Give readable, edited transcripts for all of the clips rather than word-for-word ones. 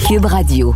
Cube Radio.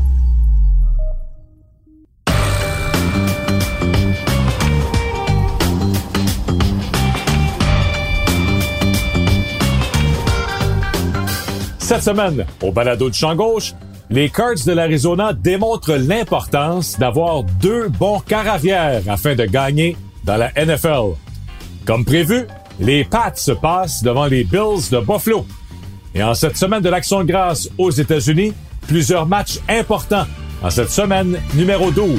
Cette semaine, au balado du champ gauche, les Cards de l'Arizona démontrent l'importance d'avoir deux bons quart arrière afin de gagner dans la NFL. Comme prévu, les Pats se passent devant les Bills de Buffalo. Et en cette semaine de l'Action de grâce aux États-Unis, plusieurs matchs importants en cette semaine numéro 12.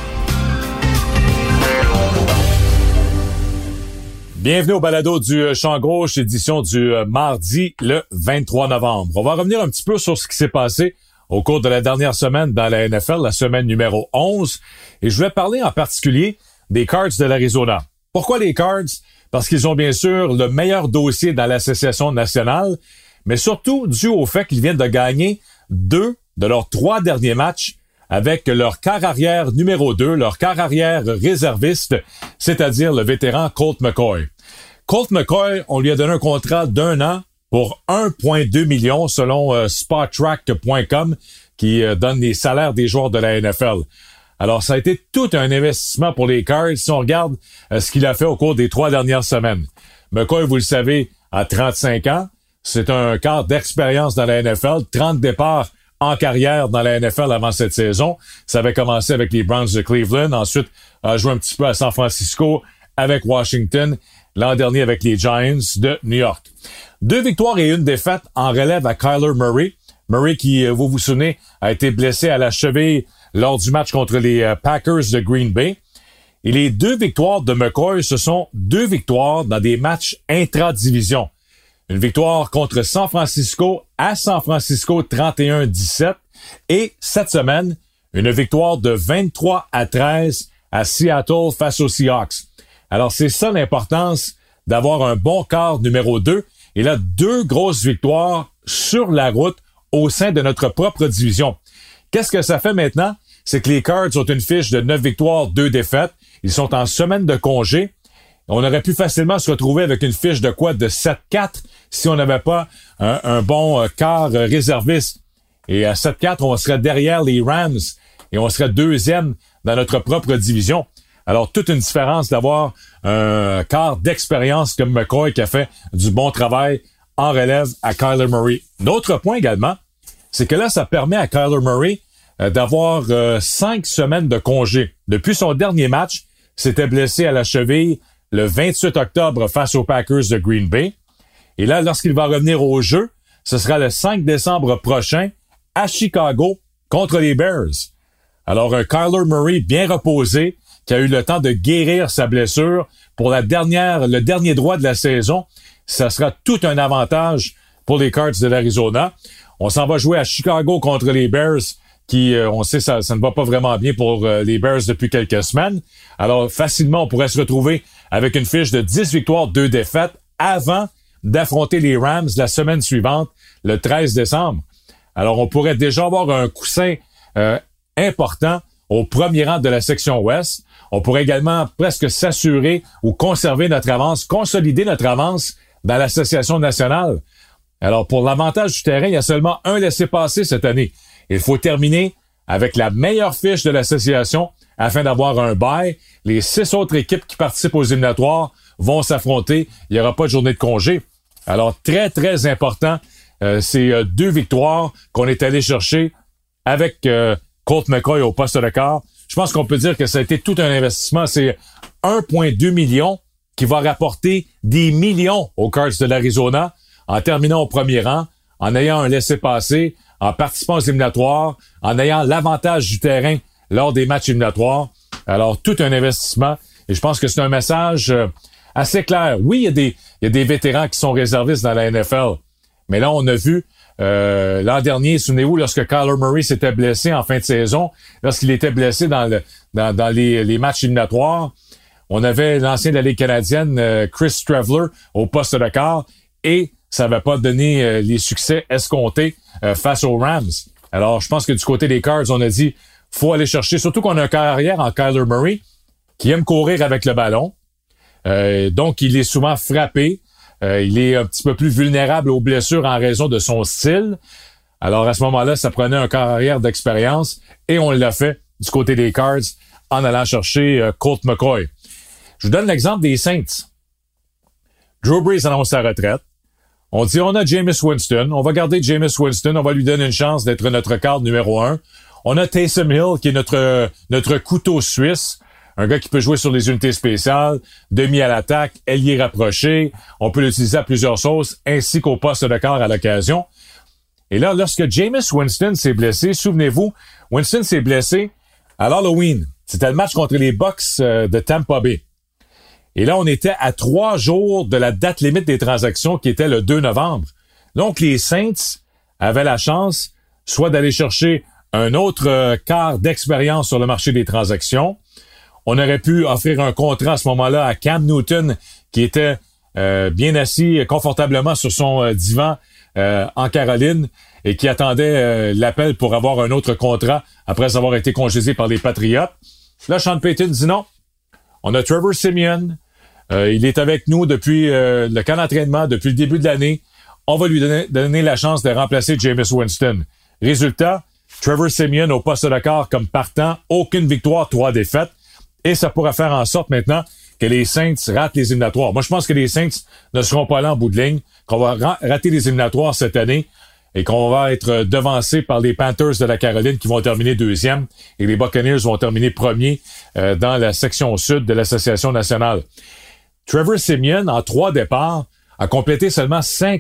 Bienvenue au balado du champ gauche, édition du mardi le 23 novembre. On va revenir un petit peu sur ce qui s'est passé au cours de la dernière semaine dans la NFL, la semaine numéro 11. Et je vais parler en particulier des Cards de l'Arizona. Pourquoi les Cards? Parce qu'ils ont bien sûr le meilleur dossier dans l'association nationale, mais surtout dû au fait qu'ils viennent de gagner 2 de leurs 3 derniers matchs avec leur quart arrière numéro 2, leur quart arrière réserviste, c'est-à-dire le vétéran Colt McCoy. Colt McCoy, on lui a donné un contrat d'1 an pour 1,2 million selon Spotrac.com qui donne les salaires des joueurs de la NFL. Alors, ça a été tout un investissement pour les Cards si on regarde ce qu'il a fait au cours des 3 dernières semaines. McCoy, vous le savez, a 35 ans. C'est un quart d'expérience dans la NFL, 30 départs en carrière dans la NFL avant cette saison. Ça avait commencé avec les Browns de Cleveland, ensuite a joué un petit peu à San Francisco avec Washington, l'an dernier avec les Giants de New York. 2 victoires et 1 défaite en relève à Kyler Murray. Murray qui, vous vous souvenez, a été blessé à la cheville lors du match contre les Packers de Green Bay. Et les 2 victoires de McCoy, ce sont 2 victoires dans des matchs intra-division. Une victoire contre San Francisco à San Francisco 31-17 et cette semaine, une victoire de 23-13 à Seattle face aux Seahawks. Alors c'est ça l'importance d'avoir un bon quart numéro 2 et là 2 grosses victoires sur la route au sein de notre propre division. Qu'est-ce que ça fait maintenant? C'est que les Cards ont une fiche de 9 victoires, 2 défaites. Ils sont en semaine de congé. On aurait pu facilement se retrouver avec une fiche de quoi? De 7-4 si on n'avait pas un bon quart réserviste. Et à 7-4, on serait derrière les Rams et on serait deuxième dans notre propre division. Alors, toute une différence d'avoir un quart d'expérience comme McCoy qui a fait du bon travail en relève à Kyler Murray. L'autre point également, c'est que là, ça permet à Kyler Murray d'avoir 5 semaines de congé. Depuis son dernier match, s'était blessé à la cheville le 28 octobre face aux Packers de Green Bay. Et là, lorsqu'il va revenir au jeu, ce sera le 5 décembre prochain à Chicago contre les Bears. Alors, un Kyler Murray bien reposé qui a eu le temps de guérir sa blessure pour le dernier droit de la saison. Ça sera tout un avantage pour les Cards de l'Arizona. On s'en va jouer à Chicago contre les Bears qui, on sait, ça ne va pas vraiment bien pour les Bears depuis quelques semaines. Alors, facilement, on pourrait se retrouver avec une fiche de 10 victoires, 2 défaites avant d'affronter les Rams la semaine suivante, le 13 décembre. Alors, on pourrait déjà avoir un coussin important au premier rang de la section Ouest. On pourrait également presque s'assurer ou conserver notre avance, consolider notre avance dans l'association nationale. Alors, pour l'avantage du terrain, il y a seulement un laissez-passer cette année. Il faut terminer avec la meilleure fiche de l'association afin d'avoir un bye. Les 6 autres équipes qui participent aux éliminatoires vont s'affronter. Il n'y aura pas de journée de congé. Alors, très, très important, ces 2 victoires qu'on est allé chercher avec Colt McCoy au poste de quart. Je pense qu'on peut dire que ça a été tout un investissement. C'est 1,2 million qui va rapporter des millions aux Cards de l'Arizona en terminant au premier rang, en ayant un laissez-passer, en participant aux éliminatoires, en ayant l'avantage du terrain lors des matchs éliminatoires. Alors, tout un investissement. Et je pense que c'est un message assez clair. Oui, il y a des vétérans qui sont réservistes dans la NFL. Mais là, on a vu l'an dernier, souvenez-vous, lorsque Kyler Murray s'était blessé en fin de saison, lorsqu'il était blessé dans les matchs éliminatoires, on avait l'ancien de la Ligue canadienne, Chris Streveler, au poste de quart, et ça n'avait pas donné les succès escomptés face aux Rams. Alors, je pense que du côté des Cards, on a dit, faut aller chercher, surtout qu'on a un carrière en Kyler Murray, qui aime courir avec le ballon. Donc, il est souvent frappé. Il est un petit peu plus vulnérable aux blessures en raison de son style. Alors, à ce moment-là, ça prenait un corps arrière d'expérience et on l'a fait du côté des Cards en allant chercher Colt McCoy. Je vous donne l'exemple des Saints. Drew Brees annonce sa retraite. On dit, on a Jameis Winston. On va garder Jameis Winston. On va lui donner une chance d'être notre cadre numéro 1. On a Taysom Hill, qui est notre couteau suisse. Un gars qui peut jouer sur les unités spéciales, demi à l'attaque, ailier rapproché. On peut l'utiliser à plusieurs sauces, ainsi qu'au poste de quart à l'occasion. Et là, lorsque Jameis Winston s'est blessé, souvenez-vous, Winston s'est blessé à l'Halloween. C'était le match contre les Bucks de Tampa Bay. Et là, on était à 3 jours de la date limite des transactions qui était le 2 novembre. Donc, les Saints avaient la chance soit d'aller chercher un autre quart d'expérience sur le marché des transactions. On aurait pu offrir un contrat à ce moment-là à Cam Newton qui était bien assis confortablement sur son divan en Caroline et qui attendait l'appel pour avoir un autre contrat après avoir été congédié par les Patriots. Là, Sean Payton dit non. On a Trevor Siemian. Il est avec nous depuis le camp d'entraînement, depuis le début de l'année. On va lui donner la chance de remplacer Jameis Winston. Résultat, Trevor Siemian au poste de quart comme partant, aucune victoire, 3 défaites. Et ça pourra faire en sorte maintenant que les Saints ratent les éliminatoires. Moi, je pense que les Saints ne seront pas là en bout de ligne, qu'on va rater les éliminatoires cette année et qu'on va être devancé par les Panthers de la Caroline qui vont terminer 2e et les Buccaneers vont terminer 1er dans la section sud de l'Association nationale. Trevor Siemian, en 3 départs, a complété seulement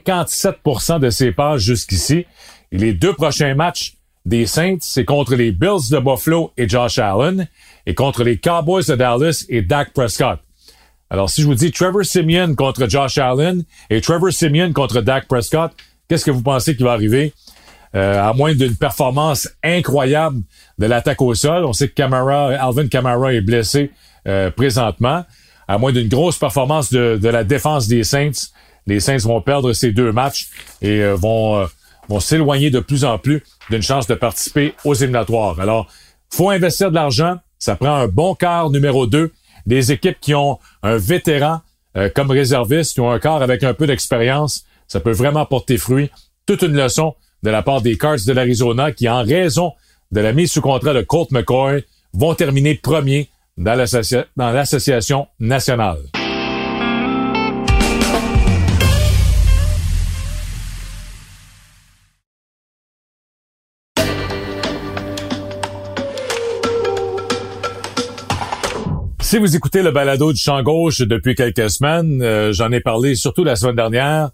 57% de ses passes jusqu'ici. Et les 2 prochains matchs des Saints, c'est contre les Bills de Buffalo et Josh Allen et contre les Cowboys de Dallas et Dak Prescott. Alors, si je vous dis Trevor Siemian contre Josh Allen et Trevor Siemian contre Dak Prescott, qu'est-ce que vous pensez qui va arriver? À moins d'une performance incroyable de l'attaque au sol. On sait que Alvin Kamara est blessé présentement. À moins d'une grosse performance de la défense des Saints, les Saints vont perdre ces 2 matchs et vont s'éloigner de plus en plus d'une chance de participer aux éliminatoires. Alors, faut investir de l'argent. Ça prend un bon quart numéro 2. Des équipes qui ont un vétéran comme réserviste, qui ont un quart avec un peu d'expérience, ça peut vraiment porter fruit. Toute une leçon de la part des Cards de l'Arizona qui, en raison de la mise sous contrat de Colt McCoy, vont terminer 1er dans l'association nationale. Si vous écoutez le balado du champ gauche depuis quelques semaines, j'en ai parlé surtout la semaine dernière,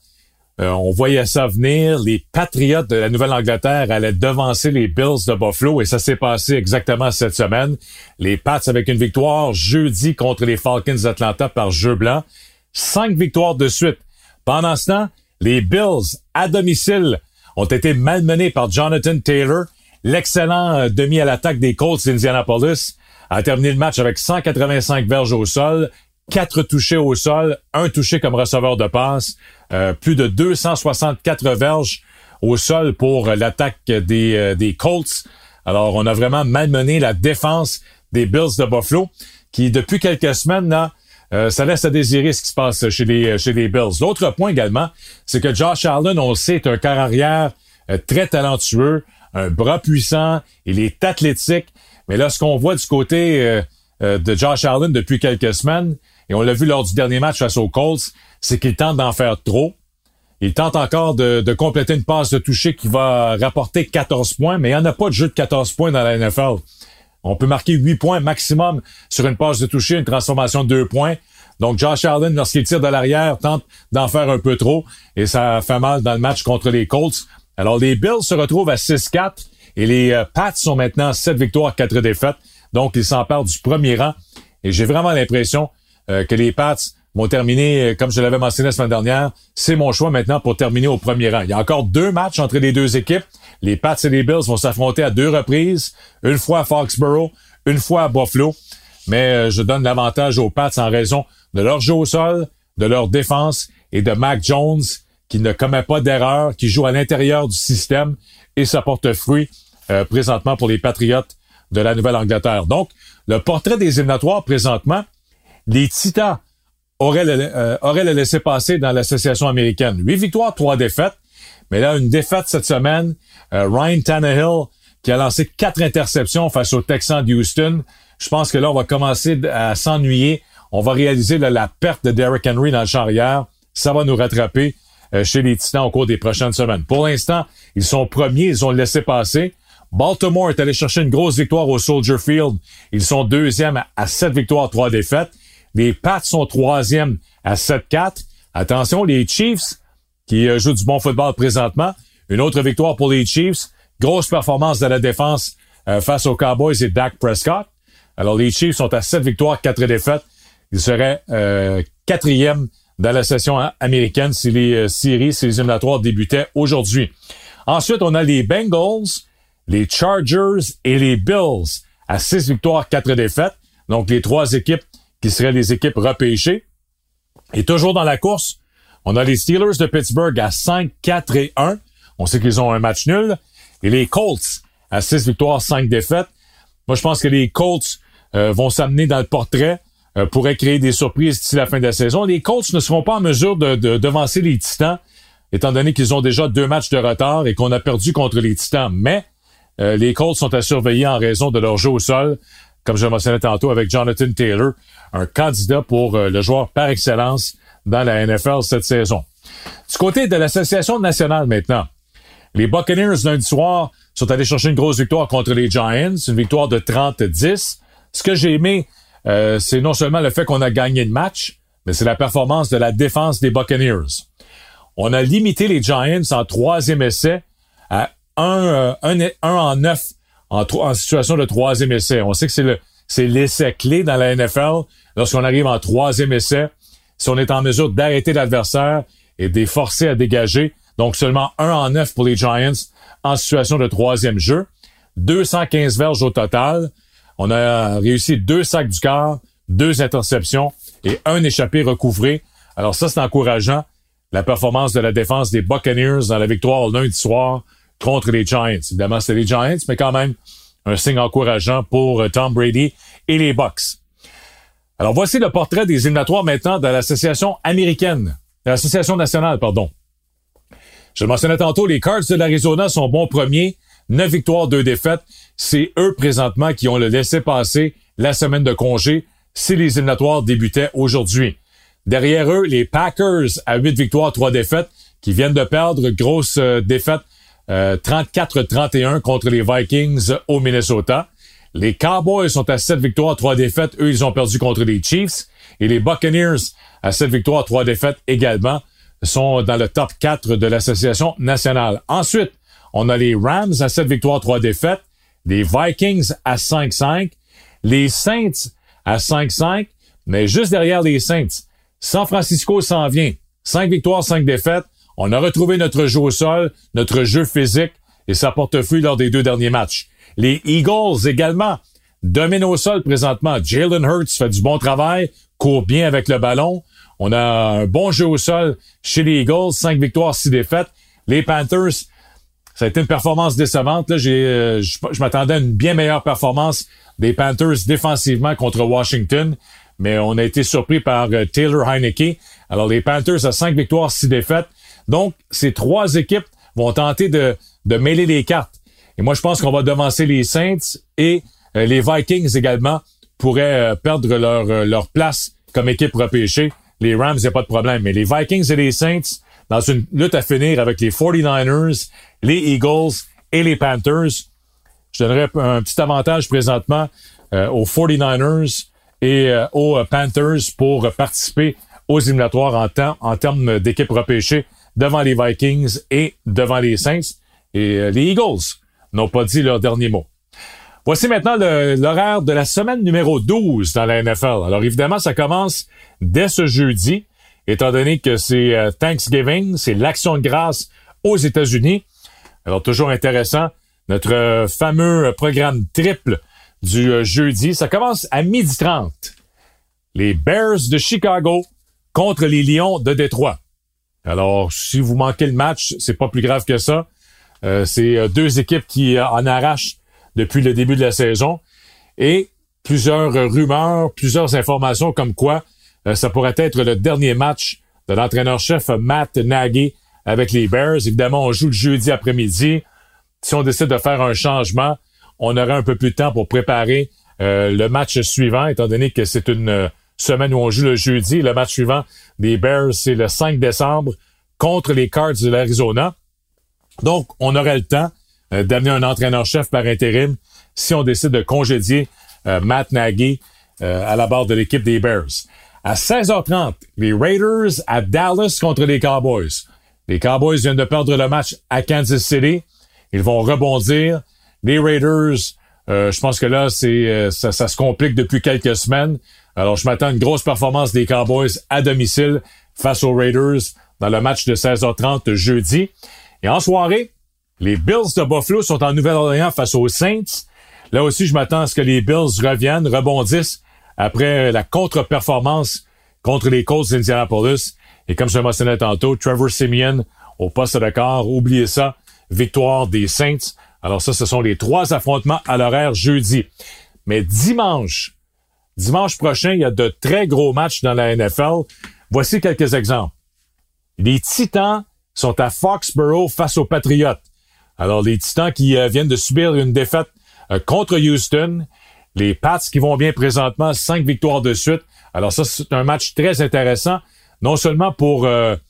on voyait ça venir. Les Patriots de la Nouvelle-Angleterre allaient devancer les Bills de Buffalo et ça s'est passé exactement cette semaine. Les Pats avec une victoire jeudi contre les Falcons d'Atlanta par jeu blanc. 5 victoires de suite. Pendant ce temps, les Bills à domicile ont été malmenés par Jonathan Taylor. L'excellent demi à l'attaque des Colts d'Indianapolis a terminé le match avec 185 verges au sol, 4 touchés au sol, 1 touché comme receveur de passe, plus de 264 verges au sol pour l'attaque des Colts. Alors, on a vraiment malmené la défense des Bills de Buffalo, qui depuis quelques semaines, là, ça laisse à désirer ce qui se passe chez les Bills. L'autre point également, c'est que Josh Allen, on le sait, est un quart arrière très talentueux, un bras puissant, il est athlétique. Mais là, ce qu'on voit du côté de Josh Allen depuis quelques semaines, et on l'a vu lors du dernier match face aux Colts, c'est qu'il tente d'en faire trop. Il tente encore de compléter une passe de toucher qui va rapporter 14 points, mais il n'y en a pas de jeu de 14 points dans la NFL. On peut marquer 8 points maximum sur une passe de toucher, une transformation de 2 points. Donc, Josh Allen, lorsqu'il tire de l'arrière, tente d'en faire un peu trop, et ça fait mal dans le match contre les Colts. Alors, les Bills se retrouvent à 6-4, et les Pats sont maintenant 7 victoires, 4 défaites. Donc, ils s'emparent du premier rang. Et j'ai vraiment l'impression que les Pats vont terminer, comme je l'avais mentionné la semaine dernière, c'est mon choix maintenant pour terminer au premier rang. Il y a encore 2 matchs entre les 2 équipes. Les Pats et les Bills vont s'affronter à 2 reprises. Une fois à Foxborough, une fois à Buffalo. Mais je donne l'avantage aux Pats en raison de leur jeu au sol, de leur défense et de Mac Jones qui ne commet pas d'erreur, qui joue à l'intérieur du système et ça porte fruit présentement pour les Patriots de la Nouvelle-Angleterre. Donc, le portrait des éliminatoires présentement, les Titans auraient le laisser-passer dans l'association américaine. 8 victoires, 3 défaites. Mais là, une défaite cette semaine. Ryan Tannehill qui a lancé 4 interceptions face aux Texans de Houston. Je pense que là, on va commencer à s'ennuyer. On va réaliser là, la perte de Derrick Henry dans le champ arrière. Ça va nous rattraper chez les Titans au cours des prochaines semaines. Pour l'instant, ils sont premiers, ils ont laissé passer. Baltimore est allé chercher une grosse victoire au Soldier Field. Ils sont deuxièmes à 7 victoires, 3 défaites. Les Pats sont troisièmes à 7-4. Attention, les Chiefs, qui jouent du bon football présentement. Une autre victoire pour les Chiefs. Grosse performance de la défense face aux Cowboys et Dak Prescott. Alors, les Chiefs sont à 7 victoires, 4 défaites. Ils seraient quatrième dans la session américaine si les séries, si les éliminatoires débutaient aujourd'hui. Ensuite, on a les Bengals, les Chargers et les Bills à 6 victoires, 4 défaites. Donc, les 3 équipes qui seraient les équipes repêchées. Et toujours dans la course, on a les Steelers de Pittsburgh à 5-4-1. On sait qu'ils ont un match nul. Et les Colts à 6 victoires, 5 défaites. Moi, je pense que les Colts vont s'amener dans le portrait, pourraient créer des surprises d'ici la fin de la saison. Les Colts ne seront pas en mesure de devancer les Titans, étant donné qu'ils ont déjà 2 matchs de retard et qu'on a perdu contre les Titans. Mais les Colts sont à surveiller en raison de leur jeu au sol, comme je le mentionnais tantôt avec Jonathan Taylor, un candidat pour le joueur par excellence dans la NFL cette saison. Du côté de l'Association nationale maintenant, les Buccaneers lundi soir sont allés chercher une grosse victoire contre les Giants, une victoire de 30-10. Ce que j'ai aimé, c'est non seulement le fait qu'on a gagné le match, mais c'est la performance de la défense des Buccaneers. On a limité les Giants en 3e essai à 1 en 9 en situation de 3e essai. On sait que c'est l'essai clé dans la NFL. Lorsqu'on arrive en 3e essai, si on est en mesure d'arrêter l'adversaire et de les forcer à dégager, donc seulement 1 en 9 pour les Giants en situation de 3e jeu. 215 verges au total. On a réussi 2 sacs du quart, 2 interceptions et 1 échappé recouvré. Alors ça, c'est encourageant. La performance de la défense des Buccaneers dans la victoire lundi soir contre les Giants. Évidemment, c'est les Giants, mais quand même un signe encourageant pour Tom Brady et les Bucs. Alors voici le portrait des éliminatoires maintenant de l'association américaine, de l'association nationale, pardon. Je le mentionnais tantôt, les Cards de l'Arizona sont bons premiers, 9 victoires, 2 défaites. C'est eux présentement qui ont le laissé-passer la semaine de congé si les éliminatoires débutaient aujourd'hui. Derrière eux, les Packers à 8 victoires, 3 défaites, qui viennent de perdre, grosse défaite 34-31 contre les Vikings au Minnesota. Les Cowboys sont à 7 victoires, 3 défaites. Eux, ils ont perdu contre les Chiefs. Et les Buccaneers à 7 victoires, 3 défaites également sont dans le top 4 de l'association nationale. Ensuite, on a les Rams à 7 victoires, 3 défaites. Les Vikings à 5-5. Les Saints à 5-5. Mais juste derrière les Saints, San Francisco s'en vient. 5 victoires, 5 défaites. On a retrouvé notre jeu au sol, notre jeu physique, et ça porte fruit lors des 2 derniers matchs. Les Eagles également dominent au sol présentement. Jalen Hurts fait du bon travail, court bien avec le ballon. On a un bon jeu au sol chez les Eagles, 5 victoires, 6 défaites. Les Panthers, ça a été une performance décevante. Là, je m'attendais à une bien meilleure performance des Panthers défensivement contre Washington, mais on a été surpris par Taylor Heineke. Alors, les Panthers à 5 victoires, 6 défaites. Donc, ces 3 équipes vont tenter de mêler les cartes. Et moi, je pense qu'on va devancer les Saints et les Vikings également pourraient perdre leur place comme équipe repêchée. Les Rams, il n'y a pas de problème. Mais les Vikings et les Saints, dans une lutte à finir avec les 49ers, les Eagles et les Panthers, je donnerais un petit avantage présentement aux 49ers et aux Panthers pour participer aux éliminatoires en termes d'équipe repêchée devant les Vikings et devant les Saints. Et les Eagles n'ont pas dit leur dernier mot. Voici maintenant l'horaire de la semaine numéro 12 dans la NFL. Alors évidemment, ça commence dès ce jeudi, étant donné que c'est Thanksgiving, c'est l'Action de grâce aux États-Unis. Alors toujours intéressant, notre fameux programme triple du jeudi. Ça commence à 12h30. Les Bears de Chicago contre les Lions de Détroit. Alors, si vous manquez le match, c'est pas plus grave que ça. C'est 2 équipes qui en arrachent depuis le début de la saison. Et plusieurs rumeurs, plusieurs informations comme quoi ça pourrait être le dernier match de l'entraîneur-chef Matt Nagy avec les Bears. Évidemment, on joue le jeudi après-midi. Si on décide de faire un changement, on aura un peu plus de temps pour préparer le match suivant, étant donné que c'est une semaine où on joue le jeudi. Le match suivant des Bears, c'est le 5 décembre contre les Cards de l'Arizona. Donc, on aurait le temps d'amener un entraîneur-chef par intérim si on décide de congédier Matt Nagy à la barre de l'équipe des Bears. À 16h30, les Raiders à Dallas contre les Cowboys. Les Cowboys viennent de perdre le match à Kansas City. Ils vont rebondir. Les Raiders, je pense que là, ça se complique depuis quelques semaines. Alors, je m'attends à une grosse performance des Cowboys à domicile face aux Raiders dans le match de 16h30 jeudi. Et en soirée, les Bills de Buffalo sont en Nouvelle-Orléans face aux Saints. Là aussi, je m'attends à ce que les Bills reviennent, rebondissent après la contre-performance contre les Colts d'Indianapolis. Et comme je le mentionnais tantôt, Trevor Siemian au poste de quart, oubliez ça, victoire des Saints. Alors ça, ce sont les 3 affrontements à l'horaire jeudi. Mais dimanche prochain, il y a de très gros matchs dans la NFL. Voici quelques exemples. Les Titans sont à Foxborough face aux Patriots. Alors, les Titans qui viennent de subir une défaite contre Houston. Les Pats qui vont bien présentement, 5 victoires de suite. Alors ça, c'est un match très intéressant, non seulement pour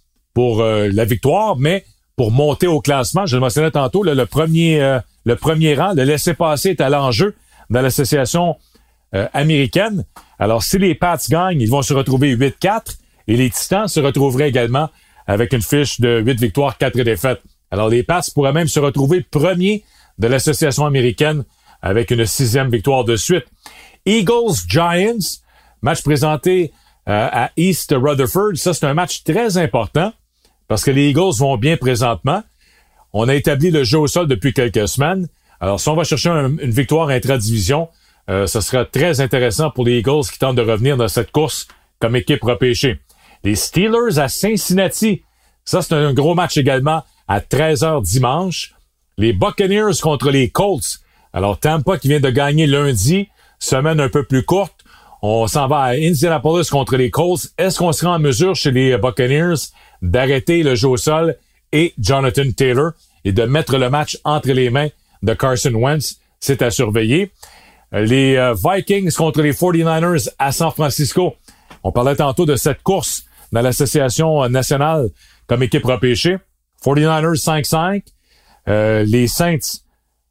la victoire, mais pour monter au classement. Je le mentionnais tantôt, là, le premier rang, le laisser-passer est à l'enjeu dans l'association américaine. Alors, si les Pats gagnent, ils vont se retrouver 8-4 et les Titans se retrouveraient également avec une fiche de 8 victoires, 4 défaites. Alors, les Pats pourraient même se retrouver premiers de l'association américaine avec une 6e victoire de suite. Eagles-Giants, match présenté à East Rutherford. Ça, c'est un match très important parce que les Eagles vont bien présentement. On a établi le jeu au sol depuis quelques semaines. Alors, si on va chercher une victoire intra-division, ce sera très intéressant pour les Eagles qui tentent de revenir dans cette course comme équipe repêchée. Les Steelers à Cincinnati. Ça, c'est un gros match également à 13h dimanche. Les Buccaneers contre les Colts. Alors, Tampa qui vient de gagner lundi, semaine un peu plus courte. On s'en va à Indianapolis contre les Colts. Est-ce qu'on sera en mesure chez les Buccaneers d'arrêter le jeu au sol et Jonathan Taylor et de mettre le match entre les mains de Carson Wentz? C'est à surveiller. Les Vikings contre les 49ers à San Francisco. On parlait tantôt de cette course dans l'association nationale comme équipe repêchée. 49ers 5-5. Les Saints,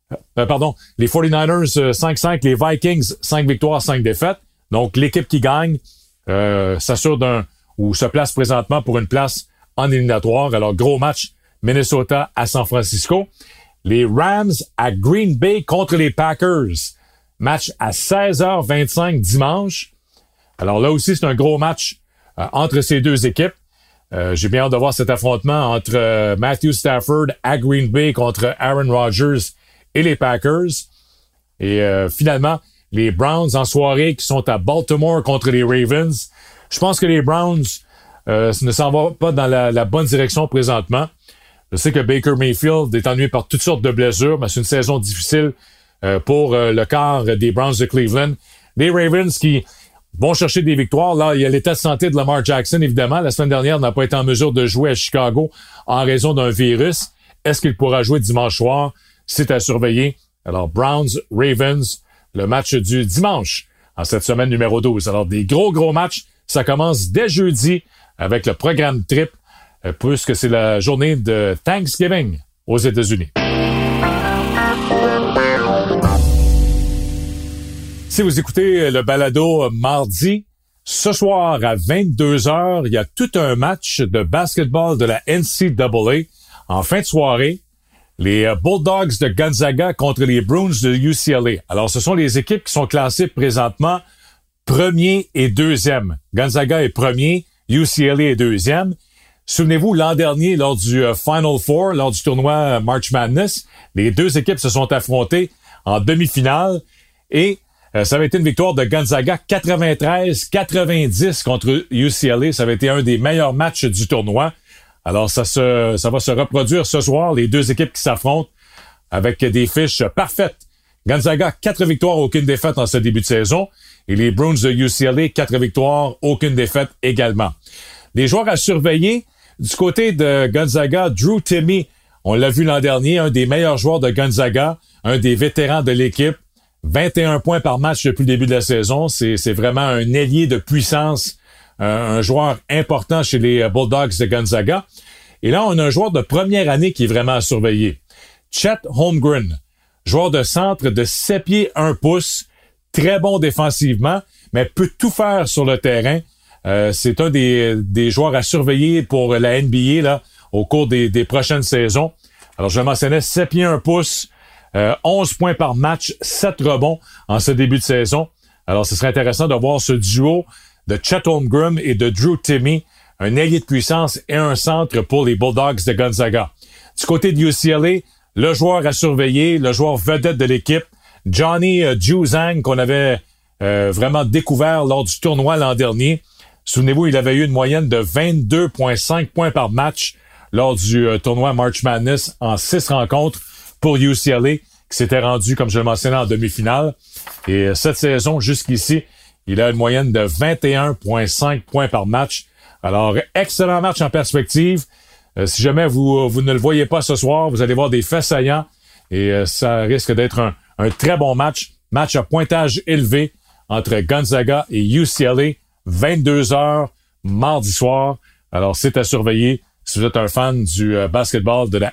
les 49ers 5-5. Les Vikings 5 victoires, 5 défaites. Donc, l'équipe qui gagne s'assure ou se place présentement pour une place en éliminatoire. Alors, gros match, Minnesota à San Francisco. Les Rams à Green Bay contre les Packers. Match à 16h25 dimanche. Alors là aussi, c'est un gros match entre ces deux équipes. J'ai bien hâte de voir cet affrontement entre Matthew Stafford à Green Bay contre Aaron Rodgers et les Packers. Et finalement, les Browns en soirée qui sont à Baltimore contre les Ravens. Je pense que les Browns ne s'en vont pas dans la bonne direction présentement. Je sais que Baker Mayfield est ennuyé par toutes sortes de blessures, mais c'est une saison difficile pour le quart des Browns de Cleveland. Les Ravens qui vont chercher des victoires. Là, il y a l'état de santé de Lamar Jackson, évidemment. La semaine dernière, il n'a pas été en mesure de jouer à Chicago en raison d'un virus. Est-ce qu'il pourra jouer dimanche soir? C'est à surveiller. Alors, Browns, Ravens, le match du dimanche en cette semaine numéro 12. Alors, des gros matchs. Ça commence dès jeudi avec le programme trip, puisque c'est la journée de Thanksgiving aux États-Unis. Si vous écoutez le balado mardi, ce soir à 22h, il y a tout un match de basketball de la NCAA. En fin de soirée, les Bulldogs de Gonzaga contre les Bruins de UCLA. Alors, ce sont les équipes qui sont classées présentement premier et deuxième. Gonzaga est premier, UCLA est deuxième. Souvenez-vous, l'an dernier, lors du Final Four, lors du tournoi March Madness, les deux équipes se sont affrontées en demi-finale et ça avait été une victoire de Gonzaga 93-90 contre UCLA. Ça avait été un des meilleurs matchs du tournoi. Alors, ça va se reproduire ce soir, les deux équipes qui s'affrontent avec des fiches parfaites. Gonzaga, 4 victoires, aucune défaite en ce début de saison. Et les Bruins de UCLA, 4 victoires, aucune défaite également. Les joueurs à surveiller, Du côté de Gonzaga, Drew Timme, on l'a vu l'an dernier, un des meilleurs joueurs de Gonzaga, un des vétérans de l'équipe. 21 points par match depuis le début de la saison. C'est vraiment un ailier de puissance, un joueur important chez les Bulldogs de Gonzaga. Et là, on a un joueur de première année qui est vraiment à surveiller. Chet Holmgren, joueur de centre de 7 pieds 1 pouce, très bon défensivement, mais peut tout faire sur le terrain. C'est un des joueurs à surveiller pour la NBA là, au cours des prochaines saisons. Alors, je mentionnais 7 pieds 1 pouce, 11 points par match, 7 rebonds en ce début de saison. Alors, ce serait intéressant de voir ce duo de Chet Holmgren et de Drew Timme, un ailier de puissance et un centre pour les Bulldogs de Gonzaga. Du côté de UCLA, le joueur à surveiller, le joueur vedette de l'équipe, Johnny Juzang, qu'on avait vraiment découvert lors du tournoi l'an dernier. Souvenez-vous, il avait eu une moyenne de 22,5 points par match lors du tournoi March Madness en 6 rencontres pour UCLA, qui s'était rendu, comme je le mentionnais, en demi-finale. Et cette saison, jusqu'ici, il a une moyenne de 21,5 points par match. Alors, excellent match en perspective. Si jamais vous ne le voyez pas ce soir, vous allez voir des faits saillants et ça risque d'être un très bon match. Match à pointage élevé entre Gonzaga et UCLA, 22h, mardi soir. Alors, c'est à surveiller si vous êtes un fan du basketball de la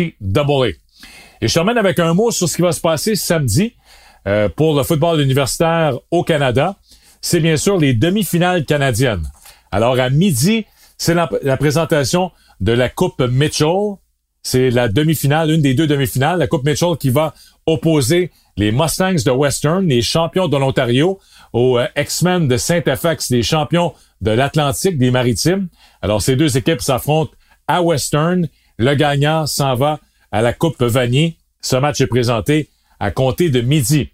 NCAA. Et je termine avec un mot sur ce qui va se passer samedi pour le football universitaire au Canada. C'est bien sûr les demi-finales canadiennes. Alors, à midi, c'est la présentation de la Coupe Mitchell. C'est la demi-finale, une des deux demi-finales. La Coupe Mitchell qui va opposer les Mustangs de Western, les champions de l'Ontario, aux X-Men de Saint-FX, les champions de l'Atlantique, des Maritimes. Alors, ces deux équipes s'affrontent à Western. Le gagnant s'en va à la Coupe Vanier. Ce match est présenté à compter de midi.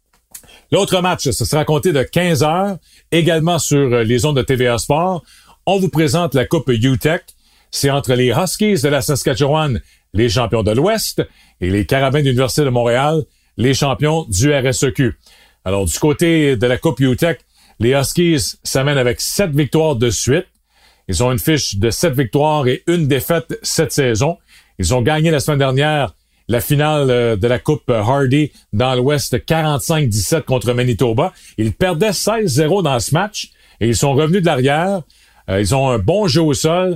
L'autre match, ce sera à compter de 15h, également sur les ondes de TVA Sport. On vous présente la Coupe UTEC. C'est entre les Huskies de la Saskatchewan, les champions de l'Ouest, et les Carabins de l'Université de Montréal, les champions du RSEQ. Alors, du côté de la Coupe UTEC, les Huskies s'amènent avec 7 victoires de suite. Ils ont une fiche de 7 victoires et une défaite cette saison. Ils ont gagné la semaine dernière la finale de la Coupe Hardy dans l'Ouest 45-17 contre Manitoba. Ils perdaient 16-0 dans ce match et ils sont revenus de l'arrière. Ils ont un bon jeu au sol.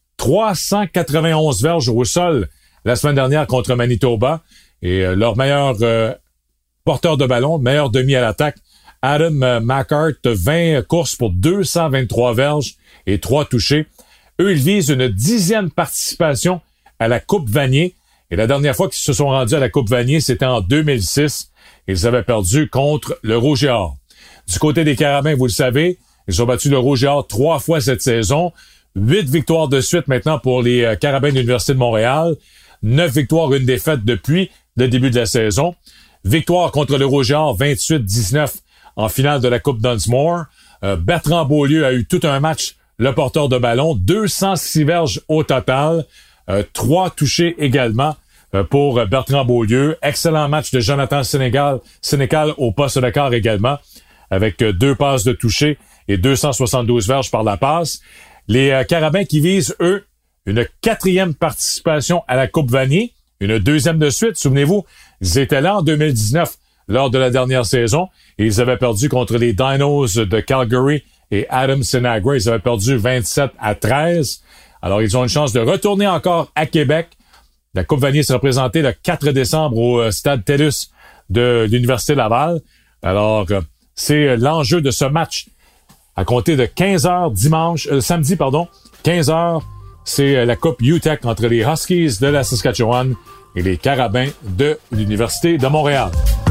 391 verges au sol la semaine dernière contre Manitoba. Et leur meilleur porteur de ballon, meilleur demi à l'attaque, Adam McCart, 20 courses pour 223 verges et 3 touchés. Eux, ils visent une 10e participation à la Coupe Vanier. Et la dernière fois qu'ils se sont rendus à la Coupe Vanier, c'était en 2006. Ils avaient perdu contre le Rouge et Or. Du côté des Carabins, vous le savez, ils ont battu le Rouge et Or 3 fois cette saison. 8 victoires de suite maintenant pour les Carabins de l'Université de Montréal. 9 victoires, une défaite depuis le début de la saison. Victoire contre le Rouge et Or, 28-19 en finale de la Coupe Dunsmore. Bertrand Beaulieu a eu tout un match, le porteur de ballon. 206 verges au total. 3 touchés également pour Bertrand Beaulieu. Excellent match de Jonathan Sénécal au poste de quart également, avec 2 passes de toucher et 272 verges par la passe. Les Carabins qui visent, eux, une 4e participation à la Coupe Vanier, une 2e de suite. Souvenez-vous, ils étaient là en 2019 lors de la dernière saison et ils avaient perdu contre les Dinos de Calgary et Adam Sinagra. Ils avaient perdu 27-13. Alors, ils ont une chance de retourner encore à Québec. La Coupe Vanier sera présentée le 4 décembre au Stade TELUS de l'Université Laval. Alors, c'est l'enjeu de ce match. À compter de 15h samedi, 15h, c'est la Coupe UTEC entre les Huskies de la Saskatchewan et les Carabins de l'Université de Montréal.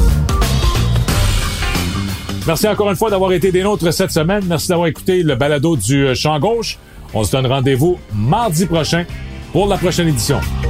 Merci encore une fois d'avoir été des nôtres cette semaine. Merci d'avoir écouté le balado du Champ Gauche. On se donne rendez-vous mardi prochain pour la prochaine édition.